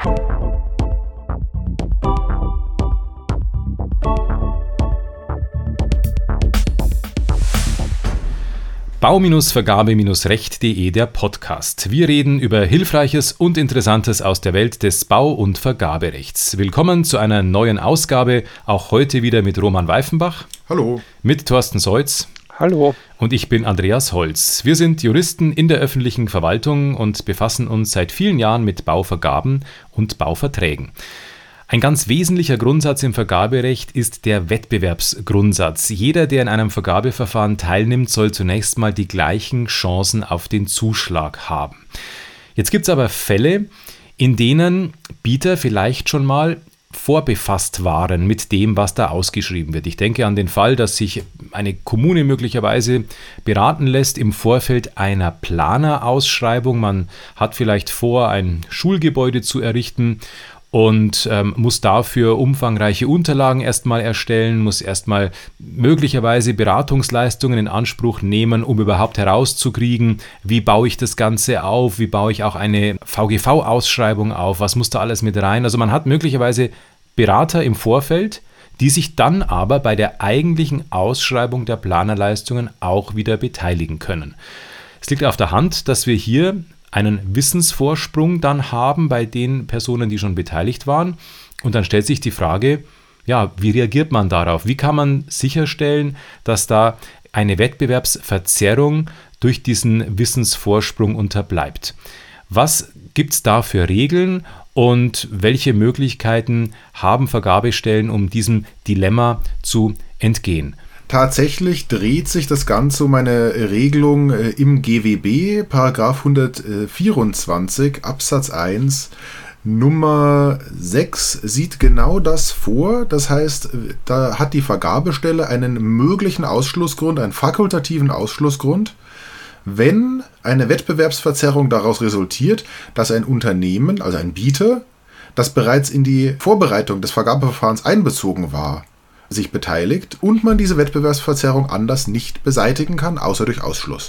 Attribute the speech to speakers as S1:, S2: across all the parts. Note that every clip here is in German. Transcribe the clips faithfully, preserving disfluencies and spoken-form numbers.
S1: Bau-Vergabe-Recht punkt de, der Podcast. Wir reden über Hilfreiches und Interessantes aus der Welt des Bau- und Vergaberechts. Willkommen zu einer neuen Ausgabe, auch heute wieder mit Roman Weifenbach.
S2: Hallo.
S1: Mit Thorsten Seutz.
S3: Hallo.
S1: Und ich bin Andreas Holz. Wir sind Juristen in der öffentlichen Verwaltung und befassen uns seit vielen Jahren mit Bauvergaben und Bauverträgen. Ein ganz wesentlicher Grundsatz im Vergaberecht ist der Wettbewerbsgrundsatz. Jeder, der in einem Vergabeverfahren teilnimmt, soll zunächst mal die gleichen Chancen auf den Zuschlag haben. Jetzt gibt es aber Fälle, in denen Bieter vielleicht schon mal vorbefasst waren mit dem, was da ausgeschrieben wird. Ich denke an den Fall, dass sich eine Kommune möglicherweise beraten lässt im Vorfeld einer Planerausschreibung. Man hat vielleicht vor, ein Schulgebäude zu errichten und ähm, muss dafür umfangreiche Unterlagen erstmal erstellen, muss erstmal möglicherweise Beratungsleistungen in Anspruch nehmen, um überhaupt herauszukriegen, wie baue ich das Ganze auf, wie baue ich auch eine V G V-Ausschreibung auf, was muss da alles mit rein. Also man hat möglicherweise Berater im Vorfeld, die sich dann aber bei der eigentlichen Ausschreibung der Planerleistungen auch wieder beteiligen können. Es liegt auf der Hand, dass wir hier einen Wissensvorsprung dann haben bei den Personen, die schon beteiligt waren. Und dann stellt sich die Frage, ja, wie reagiert man darauf? Wie kann man sicherstellen, dass da eine Wettbewerbsverzerrung durch diesen Wissensvorsprung unterbleibt? Was gibt es da für Regeln und welche Möglichkeiten haben Vergabestellen, um diesem Dilemma zu entgehen?
S2: Tatsächlich dreht sich das Ganze um eine Regelung im G W B, Paragraph hundertvierundzwanzig Absatz eins, Nummer sechs sieht genau das vor. Das heißt, da hat die Vergabestelle einen möglichen Ausschlussgrund, einen fakultativen Ausschlussgrund, wenn eine Wettbewerbsverzerrung daraus resultiert, dass ein Unternehmen, also ein Bieter, das bereits in die Vorbereitung des Vergabeverfahrens einbezogen war, sich beteiligt und man diese Wettbewerbsverzerrung anders nicht beseitigen kann, außer durch Ausschluss.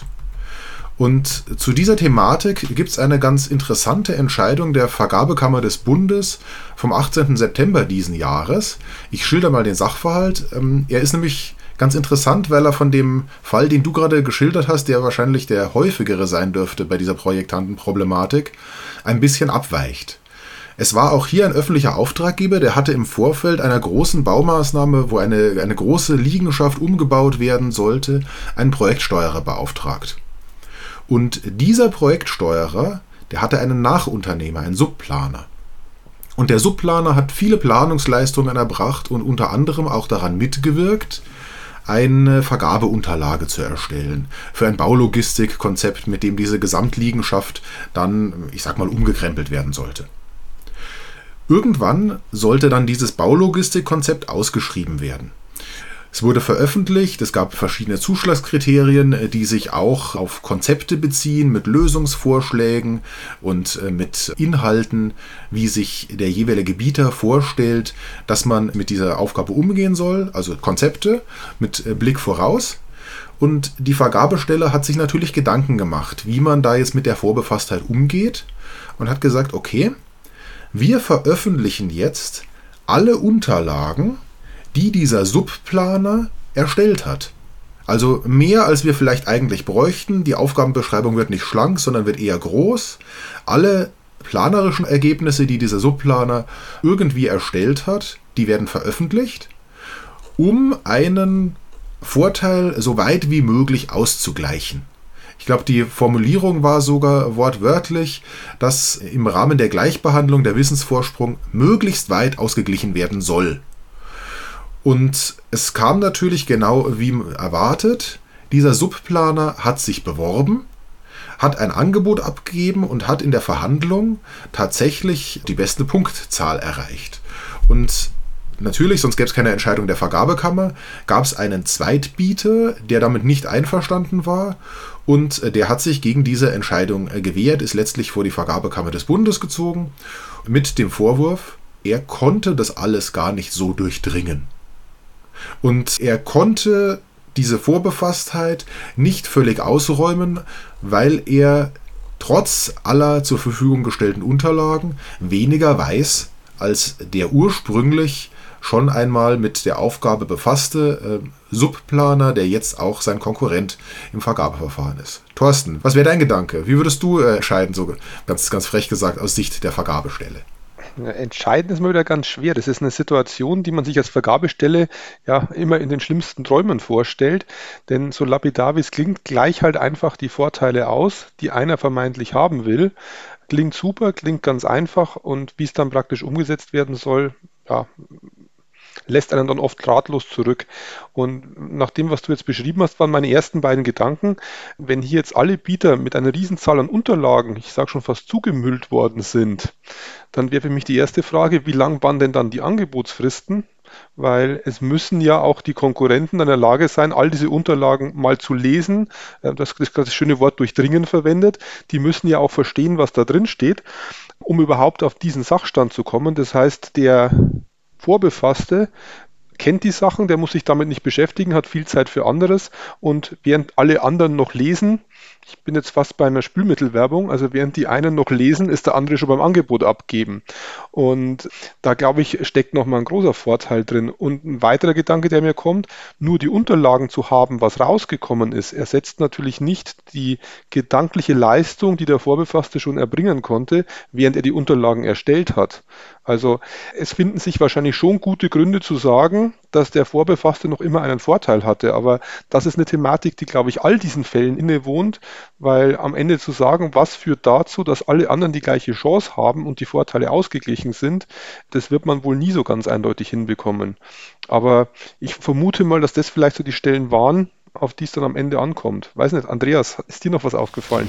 S2: Und zu dieser Thematik gibt es eine ganz interessante Entscheidung der Vergabekammer des Bundes vom achtzehnten September diesen Jahres. Ich schilder mal den Sachverhalt. Er ist nämlich ganz interessant, weil er von dem Fall, den du gerade geschildert hast, der wahrscheinlich der häufigere sein dürfte bei dieser Projektantenproblematik, ein bisschen abweicht. Es war auch hier ein öffentlicher Auftraggeber, der hatte im Vorfeld einer großen Baumaßnahme, wo eine, eine große Liegenschaft umgebaut werden sollte, einen Projektsteuerer beauftragt. Und dieser Projektsteuerer, der hatte einen Nachunternehmer, einen Subplaner. Und der Subplaner hat viele Planungsleistungen erbracht und unter anderem auch daran mitgewirkt, eine Vergabeunterlage zu erstellen für ein Baulogistikkonzept, mit dem diese Gesamtliegenschaft dann, ich sag mal, umgekrempelt werden sollte. Irgendwann sollte dann dieses Baulogistikkonzept ausgeschrieben werden. Es wurde veröffentlicht, es gab verschiedene Zuschlagskriterien, die sich auch auf Konzepte beziehen, mit Lösungsvorschlägen und mit Inhalten, wie sich der jeweilige Bieter vorstellt, dass man mit dieser Aufgabe umgehen soll, also Konzepte mit Blick voraus. Und die Vergabestelle hat sich natürlich Gedanken gemacht, wie man da jetzt mit der Vorbefasstheit umgeht und hat gesagt, okay, wir veröffentlichen jetzt alle Unterlagen, die dieser Subplaner erstellt hat. Also mehr, als wir vielleicht eigentlich bräuchten. Die Aufgabenbeschreibung wird nicht schlank, sondern wird eher groß. Alle planerischen Ergebnisse, die dieser Subplaner irgendwie erstellt hat, die werden veröffentlicht, um einen Vorteil so weit wie möglich auszugleichen. Ich glaube, die Formulierung war sogar wortwörtlich, dass im Rahmen der Gleichbehandlung der Wissensvorsprung möglichst weit ausgeglichen werden soll. Und es kam natürlich genau wie erwartet. Dieser Subplaner hat sich beworben, hat ein Angebot abgegeben und hat in der Verhandlung tatsächlich die beste Punktzahl erreicht. Und natürlich, sonst gäbe es keine Entscheidung der Vergabekammer, gab es einen Zweitbieter, der damit nicht einverstanden war und der hat sich gegen diese Entscheidung gewehrt, ist letztlich vor die Vergabekammer des Bundes gezogen mit dem Vorwurf, er konnte das alles gar nicht so durchdringen. Und er konnte diese Vorbefasstheit nicht völlig ausräumen, weil er trotz aller zur Verfügung gestellten Unterlagen weniger weiß als der ursprünglich schon einmal mit der Aufgabe befasste äh, Subplaner, der jetzt auch sein Konkurrent im Vergabeverfahren ist. Thorsten, was wäre dein Gedanke? Wie würdest du äh, entscheiden, so ganz, ganz frech gesagt, aus Sicht der Vergabestelle?
S3: Entscheiden ist mal wieder ganz schwer. Das ist eine Situation, die man sich als Vergabestelle ja immer in den schlimmsten Träumen vorstellt. Denn so lapidar wie es klingt, gleich halt einfach die Vorteile aus, die einer vermeintlich haben will. Klingt super, klingt ganz einfach und wie es dann praktisch umgesetzt werden soll, ja, lässt einen dann oft ratlos zurück. Und nach dem, was du jetzt beschrieben hast, waren meine ersten beiden Gedanken, wenn hier jetzt alle Bieter mit einer Riesenzahl an Unterlagen, ich sage schon fast zugemüllt worden sind, dann wäre für mich die erste Frage, wie lang waren denn dann die Angebotsfristen? Weil es müssen ja auch die Konkurrenten in der Lage sein, all diese Unterlagen mal zu lesen. Das, das, das schöne Wort durchdringen verwendet. Die müssen ja auch verstehen, was da drin steht, um überhaupt auf diesen Sachstand zu kommen. Das heißt, der Vorbefasste kennt die Sachen, der muss sich damit nicht beschäftigen, hat viel Zeit für anderes und während alle anderen noch lesen, ich bin jetzt fast bei einer Spülmittelwerbung, also während die einen noch lesen, ist der andere schon beim Angebot abgeben. Und da, glaube ich, steckt nochmal ein großer Vorteil drin. Und ein weiterer Gedanke, der mir kommt, nur die Unterlagen zu haben, was rausgekommen ist, ersetzt natürlich nicht die gedankliche Leistung, die der Vorbefasste schon erbringen konnte, während er die Unterlagen erstellt hat. Also es finden sich wahrscheinlich schon gute Gründe zu sagen, dass der Vorbefasste noch immer einen Vorteil hatte. Aber das ist eine Thematik, die, glaube ich, all diesen Fällen innewohnt, weil am Ende zu sagen, was führt dazu, dass alle anderen die gleiche Chance haben und die Vorteile ausgeglichen sind, das wird man wohl nie so ganz eindeutig hinbekommen. Aber ich vermute mal, dass das vielleicht so die Stellen waren, auf die es dann am Ende ankommt. Weiß nicht, Andreas, ist dir noch was aufgefallen?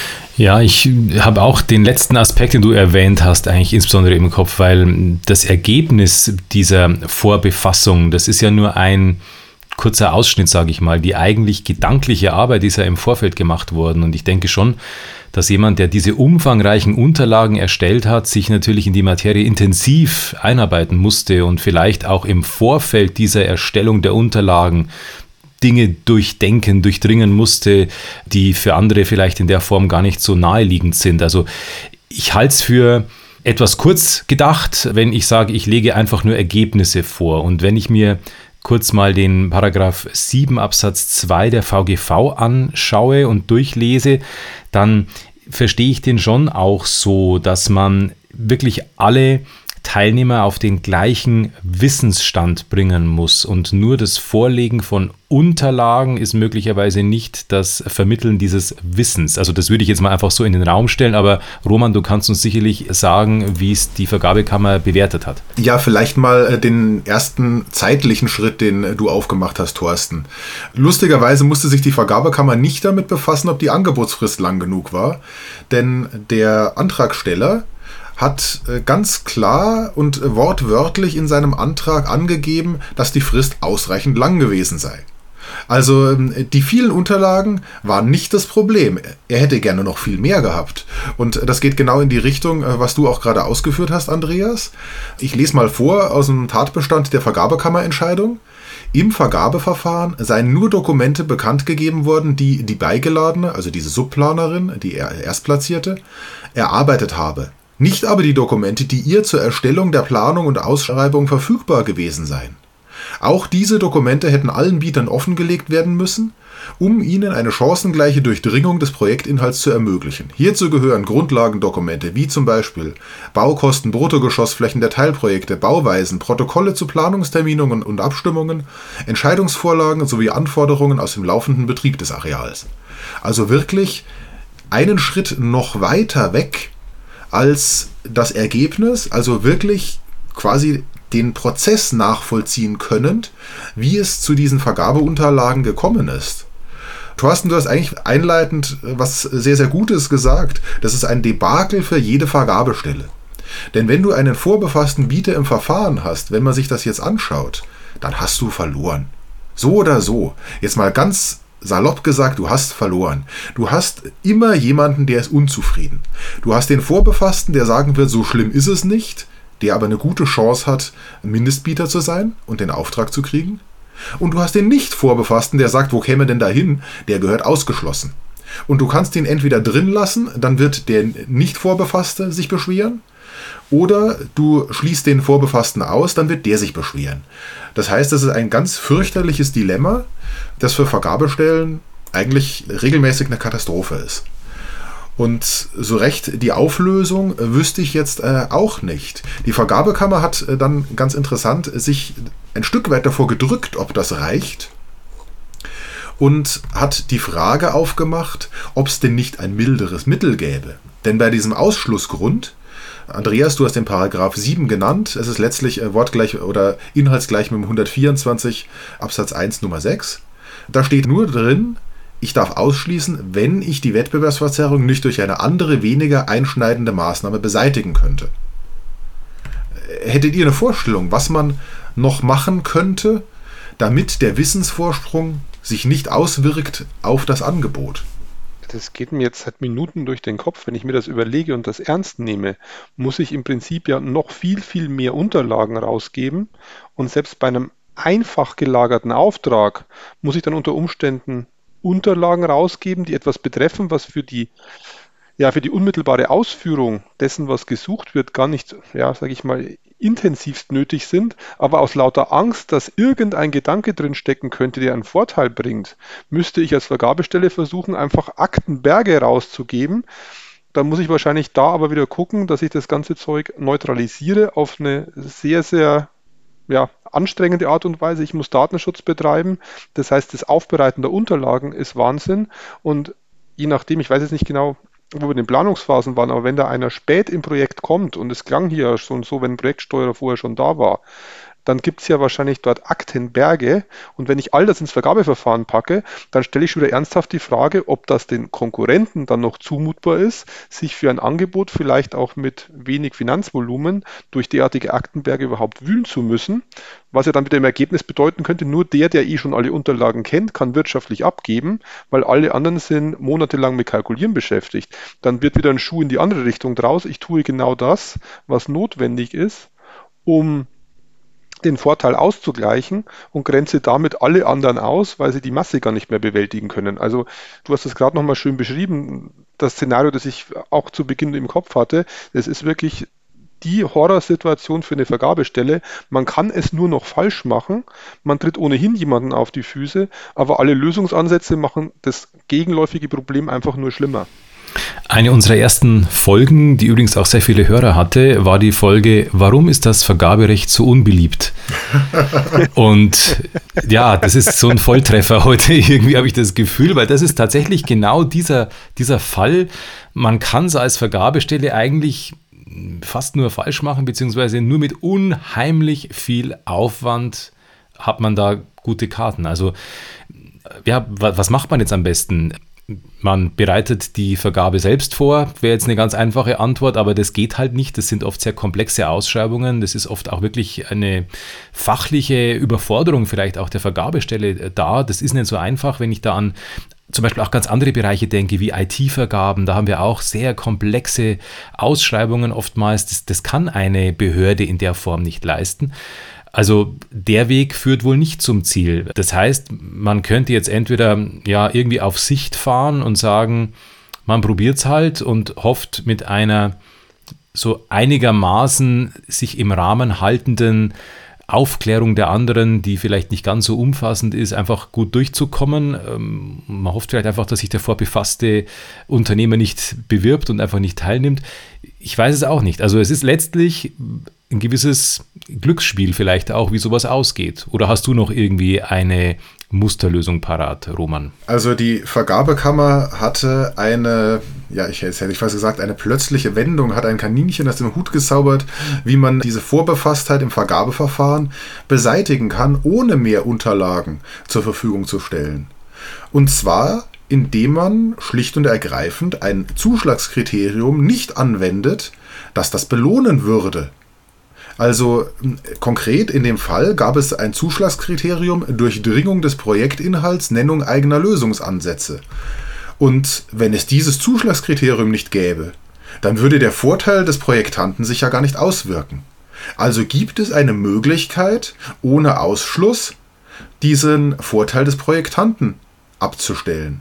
S1: Ja, ich habe auch den letzten Aspekt, den du erwähnt hast, eigentlich insbesondere im Kopf, weil das Ergebnis dieser Vorbefassung, das ist ja nur ein kurzer Ausschnitt, sage ich mal. Die eigentlich gedankliche Arbeit ist ja im Vorfeld gemacht worden und ich denke schon, dass jemand, der diese umfangreichen Unterlagen erstellt hat, sich natürlich in die Materie intensiv einarbeiten musste und vielleicht auch im Vorfeld dieser Erstellung der Unterlagen Dinge durchdenken, durchdringen musste, die für andere vielleicht in der Form gar nicht so naheliegend sind. Also ich halte es für etwas kurz gedacht, wenn ich sage, ich lege einfach nur Ergebnisse vor. Und wenn ich mir kurz mal den Paragraph sieben Absatz zwei der V G V anschaue und durchlese, dann verstehe ich den schon auch so, dass man wirklich alle Teilnehmer auf den gleichen Wissensstand bringen muss und nur das Vorlegen von Unterlagen ist möglicherweise nicht das Vermitteln dieses Wissens. Also das würde ich jetzt mal einfach so in den Raum stellen, aber Roman, du kannst uns sicherlich sagen, wie es die Vergabekammer bewertet hat.
S2: Ja, vielleicht mal den ersten zeitlichen Schritt, den du aufgemacht hast, Thorsten. Lustigerweise musste sich die Vergabekammer nicht damit befassen, ob die Angebotsfrist lang genug war, denn der Antragsteller hat ganz klar und wortwörtlich in seinem Antrag angegeben, dass die Frist ausreichend lang gewesen sei. Also die vielen Unterlagen waren nicht das Problem. Er hätte gerne noch viel mehr gehabt. Und das geht genau in die Richtung, was du auch gerade ausgeführt hast, Andreas. Ich lese mal vor aus dem Tatbestand der Vergabekammerentscheidung. Im Vergabeverfahren seien nur Dokumente bekannt gegeben worden, die die Beigeladene, also diese Subplanerin, die Erstplatzierte, erarbeitet habe. Nicht aber die Dokumente, die ihr zur Erstellung der Planung und Ausschreibung verfügbar gewesen seien. Auch diese Dokumente hätten allen Bietern offengelegt werden müssen, um ihnen eine chancengleiche Durchdringung des Projektinhalts zu ermöglichen. Hierzu gehören Grundlagendokumente wie zum Beispiel Baukosten, Bruttogeschossflächen der Teilprojekte, Bauweisen, Protokolle zu Planungsterminen und Abstimmungen, Entscheidungsvorlagen sowie Anforderungen aus dem laufenden Betrieb des Areals. Also wirklich einen Schritt noch weiter weg als das Ergebnis, also wirklich quasi den Prozess nachvollziehen können, wie es zu diesen Vergabeunterlagen gekommen ist. Thorsten, du hast eigentlich einleitend was sehr, sehr Gutes gesagt. Das ist ein Debakel für jede Vergabestelle. Denn wenn du einen vorbefassten Bieter im Verfahren hast, wenn man sich das jetzt anschaut, dann hast du verloren. So oder so. Jetzt mal ganz salopp gesagt, du hast verloren. Du hast immer jemanden, der ist unzufrieden. Du hast den Vorbefassten, der sagen wird, so schlimm ist es nicht, der aber eine gute Chance hat, Mindestbieter zu sein und den Auftrag zu kriegen. Und du hast den Nicht-Vorbefassten, der sagt, wo käme denn da hin, der gehört ausgeschlossen. Und du kannst ihn entweder drin lassen, dann wird der Nicht-Vorbefasste sich beschweren, oder du schließt den Vorbefassten aus, dann wird der sich beschweren. Das heißt, das ist ein ganz fürchterliches Dilemma, das für Vergabestellen eigentlich regelmäßig eine Katastrophe ist. Und so recht die Auflösung äh, wüsste ich jetzt äh, auch nicht. Die Vergabekammer hat äh, dann ganz interessant sich ein Stück weit davor gedrückt, ob das reicht, und hat die Frage aufgemacht, ob es denn nicht ein milderes Mittel gäbe. Denn bei diesem Ausschlussgrund, Andreas, du hast den Paragraph sieben genannt, es ist letztlich äh, wortgleich oder inhaltsgleich mit dem hundertvierundzwanzig Absatz eins Nummer sechs, da steht nur drin, ich darf ausschließen, wenn ich die Wettbewerbsverzerrung nicht durch eine andere, weniger einschneidende Maßnahme beseitigen könnte. Hättet ihr eine Vorstellung, was man noch machen könnte, damit der Wissensvorsprung sich nicht auswirkt auf das Angebot?
S3: Das geht mir jetzt seit Minuten durch den Kopf. Wenn ich mir das überlege und das ernst nehme, muss ich im Prinzip ja noch viel, viel mehr Unterlagen rausgeben. Und selbst bei einem einfach gelagerten Auftrag muss ich dann unter Umständen Unterlagen rausgeben, die etwas betreffen, was für die, ja, für die unmittelbare Ausführung dessen, was gesucht wird, gar nicht, ja, sage ich mal, intensivst nötig sind, aber aus lauter Angst, dass irgendein Gedanke drin stecken könnte, der einen Vorteil bringt, müsste ich als Vergabestelle versuchen, einfach Aktenberge rauszugeben. Dann muss ich wahrscheinlich da aber wieder gucken, dass ich das ganze Zeug neutralisiere auf eine sehr, sehr ja, anstrengende Art und Weise. Ich muss Datenschutz betreiben. Das heißt, das Aufbereiten der Unterlagen ist Wahnsinn. Und je nachdem, ich weiß jetzt nicht genau, wo wir in den Planungsphasen waren, aber wenn da einer spät im Projekt kommt, und es klang hier schon so, wenn ein Projektsteuerer vorher schon da war, dann gibt es ja wahrscheinlich dort Aktenberge. Und wenn ich all das ins Vergabeverfahren packe, dann stelle ich schon wieder ernsthaft die Frage, ob das den Konkurrenten dann noch zumutbar ist, sich für ein Angebot vielleicht auch mit wenig Finanzvolumen durch derartige Aktenberge überhaupt wühlen zu müssen. Was ja dann mit dem Ergebnis bedeuten könnte, nur der, der eh schon alle Unterlagen kennt, kann wirtschaftlich abgeben, weil alle anderen sind monatelang mit Kalkulieren beschäftigt. Dann wird wieder ein Schuh in die andere Richtung draus. Ich tue genau das, was notwendig ist, um den Vorteil auszugleichen, und grenze damit alle anderen aus, weil sie die Masse gar nicht mehr bewältigen können. Also du hast es gerade nochmal schön beschrieben, das Szenario, das ich auch zu Beginn im Kopf hatte, das ist wirklich die Horrorsituation für eine Vergabestelle. Man kann es nur noch falsch machen, man tritt ohnehin jemanden auf die Füße, aber alle Lösungsansätze machen das gegenläufige Problem einfach nur schlimmer.
S1: Eine unserer ersten Folgen, die übrigens auch sehr viele Hörer hatte, war die Folge Warum ist das Vergaberecht so unbeliebt? Und ja, das ist so ein Volltreffer heute, irgendwie habe ich das Gefühl, weil das ist tatsächlich genau dieser, dieser Fall. Man kann es als Vergabestelle eigentlich fast nur falsch machen, beziehungsweise nur mit unheimlich viel Aufwand hat man da gute Karten. Also ja, was macht man jetzt am besten? Man bereitet die Vergabe selbst vor, wäre jetzt eine ganz einfache Antwort, aber das geht halt nicht. Das sind oft sehr komplexe Ausschreibungen. Das ist oft auch wirklich eine fachliche Überforderung vielleicht auch der Vergabestelle da. Das ist nicht so einfach, wenn ich da an zum Beispiel auch ganz andere Bereiche denke, wie I T-Vergaben. Da haben wir auch sehr komplexe Ausschreibungen oftmals. Das, das kann eine Behörde in der Form nicht leisten. Also der Weg führt wohl nicht zum Ziel. Das heißt, man könnte jetzt entweder ja irgendwie auf Sicht fahren und sagen, man probiert es halt und hofft mit einer so einigermaßen sich im Rahmen haltenden Aufklärung der anderen, die vielleicht nicht ganz so umfassend ist, einfach gut durchzukommen. Man hofft vielleicht einfach, dass sich der vorbefasste Unternehmer nicht bewirbt und einfach nicht teilnimmt. Ich weiß es auch nicht. Also es ist letztlich ein gewisses Glücksspiel vielleicht auch, wie sowas ausgeht. Oder hast du noch irgendwie eine Musterlösung parat, Roman?
S2: Also die Vergabekammer hatte eine, ja, ich hätte ich fast gesagt, eine plötzliche Wendung, hat ein Kaninchen aus dem Hut gezaubert, wie man diese Vorbefasstheit im Vergabeverfahren beseitigen kann, ohne mehr Unterlagen zur Verfügung zu stellen. Und zwar, indem man schlicht und ergreifend ein Zuschlagskriterium nicht anwendet, das das belohnen würde. Also konkret in dem Fall gab es ein Zuschlagskriterium Durchdringung des Projektinhalts, Nennung eigener Lösungsansätze. Und wenn es dieses Zuschlagskriterium nicht gäbe, dann würde der Vorteil des Projektanten sich ja gar nicht auswirken. Also gibt es eine Möglichkeit, ohne Ausschluss diesen Vorteil des Projektanten abzustellen.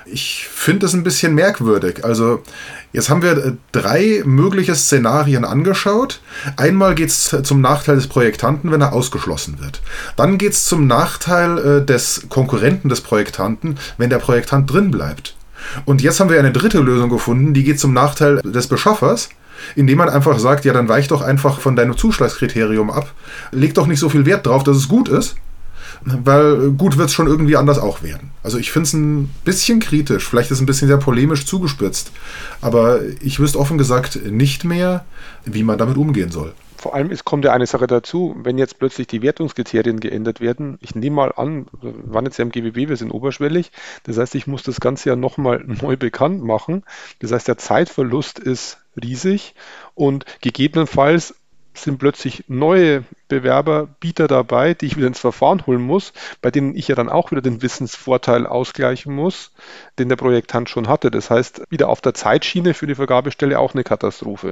S2: Ich finde es ein bisschen merkwürdig. Also jetzt haben wir drei mögliche Szenarien angeschaut. Einmal geht es zum Nachteil des Projektanten, wenn er ausgeschlossen wird. Dann geht es zum Nachteil des Konkurrenten des Projektanten, wenn der Projektant drin bleibt. Und jetzt haben wir eine dritte Lösung gefunden, die geht zum Nachteil des Beschaffers, indem man einfach sagt, ja, dann weich doch einfach von deinem Zuschlagskriterium ab. Leg doch nicht so viel Wert drauf, dass es gut ist. Weil gut wird es schon irgendwie anders auch werden. Also ich finde es ein bisschen kritisch, vielleicht ist es ein bisschen sehr polemisch zugespitzt, aber ich wüsste offen gesagt nicht mehr, wie man damit umgehen soll.
S3: Vor allem, es kommt ja eine Sache dazu, wenn jetzt plötzlich die Wertungskriterien geändert werden, ich nehme mal an, wir waren jetzt ja im G B B, wir sind oberschwellig, das heißt, ich muss das Ganze ja nochmal neu bekannt machen, das heißt, der Zeitverlust ist riesig und gegebenenfalls sind plötzlich neue Bewerber, Bieter dabei, die ich wieder ins Verfahren holen muss, bei denen ich ja dann auch wieder den Wissensvorteil ausgleichen muss, den der Projektant schon hatte. Das heißt, wieder auf der Zeitschiene für die Vergabestelle auch eine Katastrophe.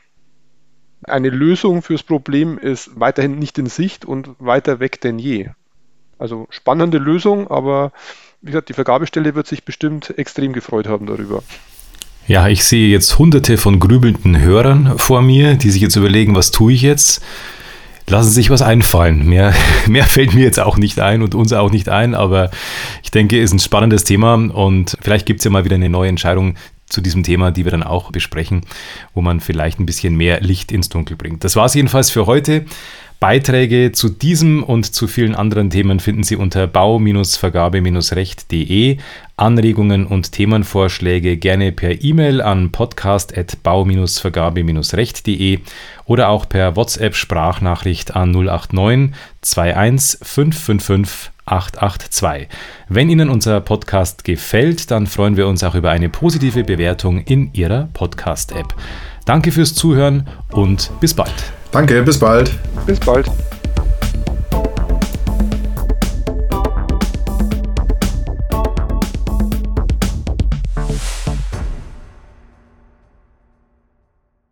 S3: Eine Lösung fürs Problem ist weiterhin nicht in Sicht und weiter weg denn je. Also spannende Lösung, aber wie gesagt, die Vergabestelle wird sich bestimmt extrem gefreut haben darüber.
S1: Ja, ich sehe jetzt hunderte von grübelnden Hörern vor mir, die sich jetzt überlegen, was tue ich jetzt? Lassen Sie sich was einfallen. Mehr, mehr fällt mir jetzt auch nicht ein und uns auch nicht ein, aber ich denke, es ist ein spannendes Thema und vielleicht gibt es ja mal wieder eine neue Entscheidung zu diesem Thema, die wir dann auch besprechen, wo man vielleicht ein bisschen mehr Licht ins Dunkel bringt. Das war es jedenfalls für heute. Beiträge zu diesem und zu vielen anderen Themen finden Sie unter bau Vergabe Recht punkt de. Anregungen und Themenvorschläge gerne per E-Mail an podcast at bau Vergabe Recht punkt de oder auch per WhatsApp-Sprachnachricht an null acht neun zwei eins fünf fünf fünf acht acht zwei. Wenn Ihnen unser Podcast gefällt, dann freuen wir uns auch über eine positive Bewertung in Ihrer Podcast-App. Danke fürs Zuhören und bis bald.
S2: Danke, bis bald.
S3: Bis bald.